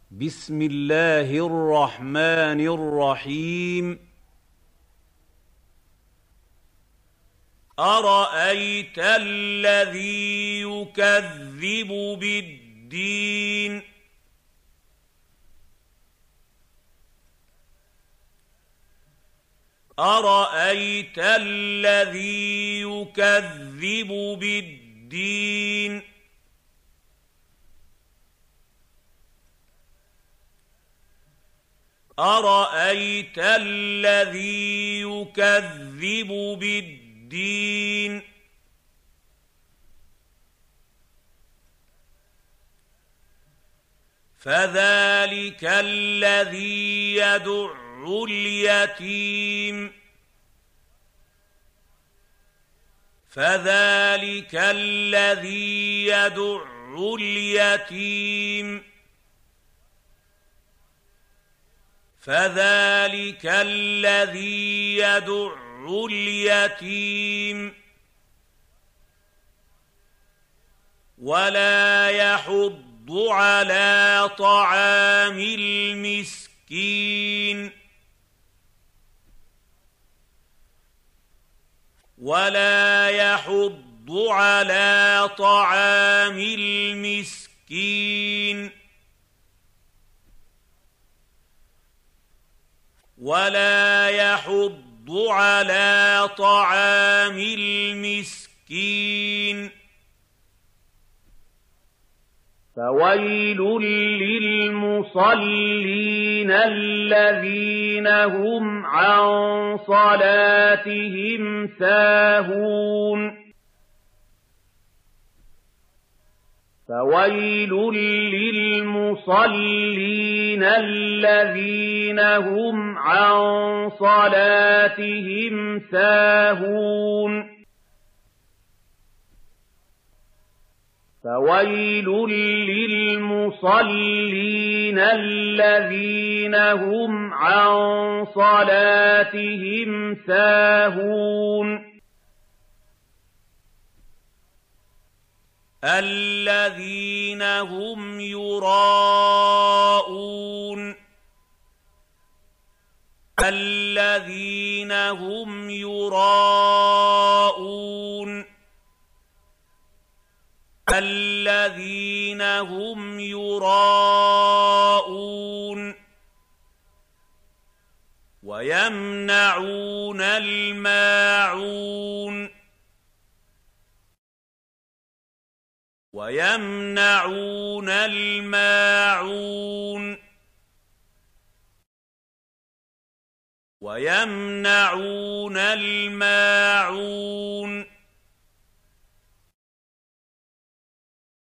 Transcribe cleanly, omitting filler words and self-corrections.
بسم الله الرحمن الرحيم. أرأيت الذي يكذب بالدين أرأيت الذي يكذب بالدين أرأيت الذي يكذب بالدين فذلك الذي يدع اليتيم فذلك الذي يدع اليتيم فذلك الذي يدع اليتيم ولا يحض على طعام المسكين ولا يحض على طعام المسكين ولا يحض على طعام المسكين فويل للمصلين الذين هم عن صلاتهم ساهون فويل للمصلين الذين هم عن صلاتهم ساهون فويل للمصلين الذين هم عن صلاتهم ساهون الذين هم يراءون الذين هم يراءون الذين هم يراءون ويمنعون الماعون ويمنعون الماعون ويمنعون الماعون